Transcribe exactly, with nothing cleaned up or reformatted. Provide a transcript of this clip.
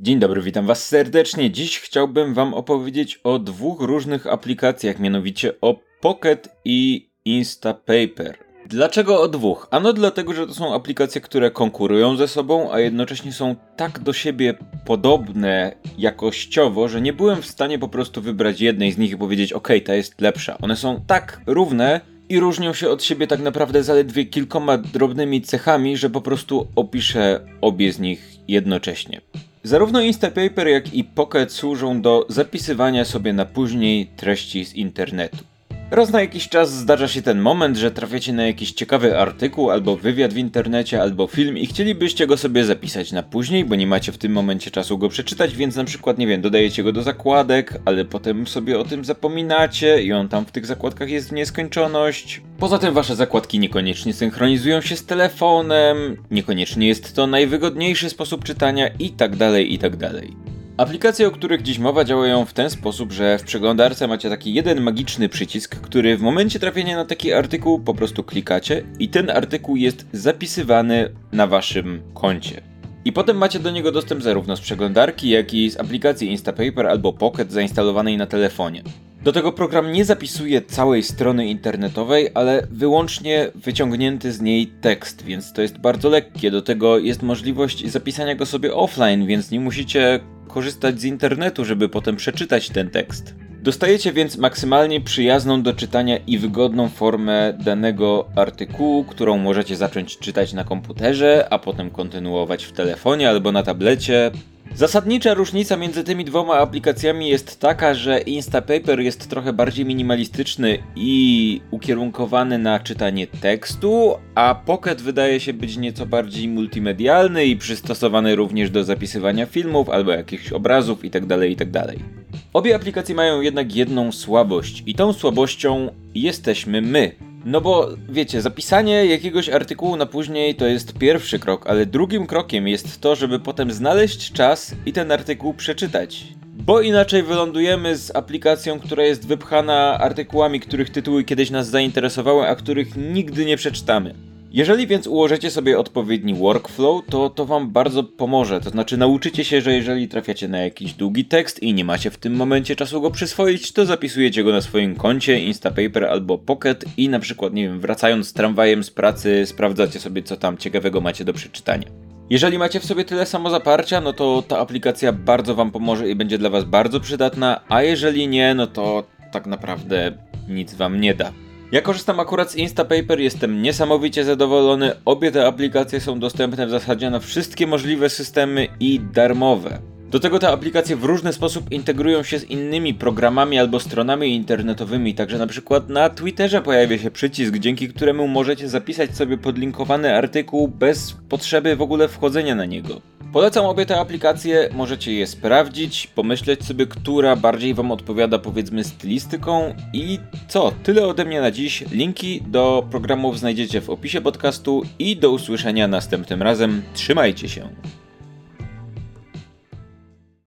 Dzień dobry, witam was serdecznie. Dziś chciałbym wam opowiedzieć o dwóch różnych aplikacjach, mianowicie o Pocket i Instapaper. Dlaczego o dwóch? Ano dlatego, że to są aplikacje, które konkurują ze sobą, a jednocześnie są tak do siebie podobne jakościowo, że nie byłem w stanie po prostu wybrać jednej z nich i powiedzieć: ok, ta jest lepsza. One są tak równe i różnią się od siebie tak naprawdę zaledwie kilkoma drobnymi cechami, że po prostu opiszę obie z nich jednocześnie. Zarówno Instapaper, jak i Pocket służą do zapisywania sobie na później treści z internetu. Raz na jakiś czas zdarza się ten moment, że trafiacie na jakiś ciekawy artykuł, albo wywiad w internecie, albo film i chcielibyście go sobie zapisać na później, bo nie macie w tym momencie czasu go przeczytać, więc na przykład, nie wiem, dodajecie go do zakładek, ale potem sobie o tym zapominacie i on tam w tych zakładkach jest w nieskończoność. Poza tym wasze zakładki niekoniecznie synchronizują się z telefonem, niekoniecznie jest to najwygodniejszy sposób czytania i tak dalej, i tak dalej. Aplikacje, o których dziś mowa, działają w ten sposób, że w przeglądarce macie taki jeden magiczny przycisk, który w momencie trafienia na taki artykuł po prostu klikacie i ten artykuł jest zapisywany na waszym koncie. I potem macie do niego dostęp zarówno z przeglądarki, jak i z aplikacji Instapaper albo Pocket zainstalowanej na telefonie. Do tego program nie zapisuje całej strony internetowej, ale wyłącznie wyciągnięty z niej tekst, więc to jest bardzo lekkie. Do tego jest możliwość zapisania go sobie offline, więc nie musicie korzystać z internetu, żeby potem przeczytać ten tekst. Dostajecie więc maksymalnie przyjazną do czytania i wygodną formę danego artykułu, którą możecie zacząć czytać na komputerze, a potem kontynuować w telefonie albo na tablecie. Zasadnicza różnica między tymi dwoma aplikacjami jest taka, że Instapaper jest trochę bardziej minimalistyczny i ukierunkowany na czytanie tekstu, a Pocket wydaje się być nieco bardziej multimedialny i przystosowany również do zapisywania filmów albo jakichś obrazów itd., itd. Obie aplikacje mają jednak jedną słabość i tą słabością jesteśmy my. No bo wiecie, zapisanie jakiegoś artykułu na później to jest pierwszy krok, ale drugim krokiem jest to, żeby potem znaleźć czas i ten artykuł przeczytać. Bo inaczej wylądujemy z aplikacją, która jest wypchana artykułami, których tytuły kiedyś nas zainteresowały, a których nigdy nie przeczytamy. Jeżeli więc ułożycie sobie odpowiedni workflow, to to wam bardzo pomoże. To znaczy nauczycie się, że jeżeli trafiacie na jakiś długi tekst i nie macie w tym momencie czasu go przyswoić, to zapisujecie go na swoim koncie Instapaper albo Pocket i na przykład, nie wiem, wracając tramwajem z pracy, sprawdzacie sobie, co tam ciekawego macie do przeczytania. Jeżeli macie w sobie tyle samozaparcia, no to ta aplikacja bardzo wam pomoże i będzie dla was bardzo przydatna, a jeżeli nie, no to tak naprawdę nic wam nie da. Ja korzystam akurat z Instapaper, jestem niesamowicie zadowolony. Obie te aplikacje są dostępne w zasadzie na wszystkie możliwe systemy i darmowe. Do tego te aplikacje w różny sposób integrują się z innymi programami albo stronami internetowymi, także na przykład na Twitterze pojawia się przycisk, dzięki któremu możecie zapisać sobie podlinkowany artykuł bez potrzeby w ogóle wchodzenia na niego. Polecam obie te aplikacje, możecie je sprawdzić, pomyśleć sobie, która bardziej wam odpowiada, powiedzmy, stylistyką i co? Tyle ode mnie na dziś. Linki do programów znajdziecie w opisie podcastu i do usłyszenia następnym razem. Trzymajcie się!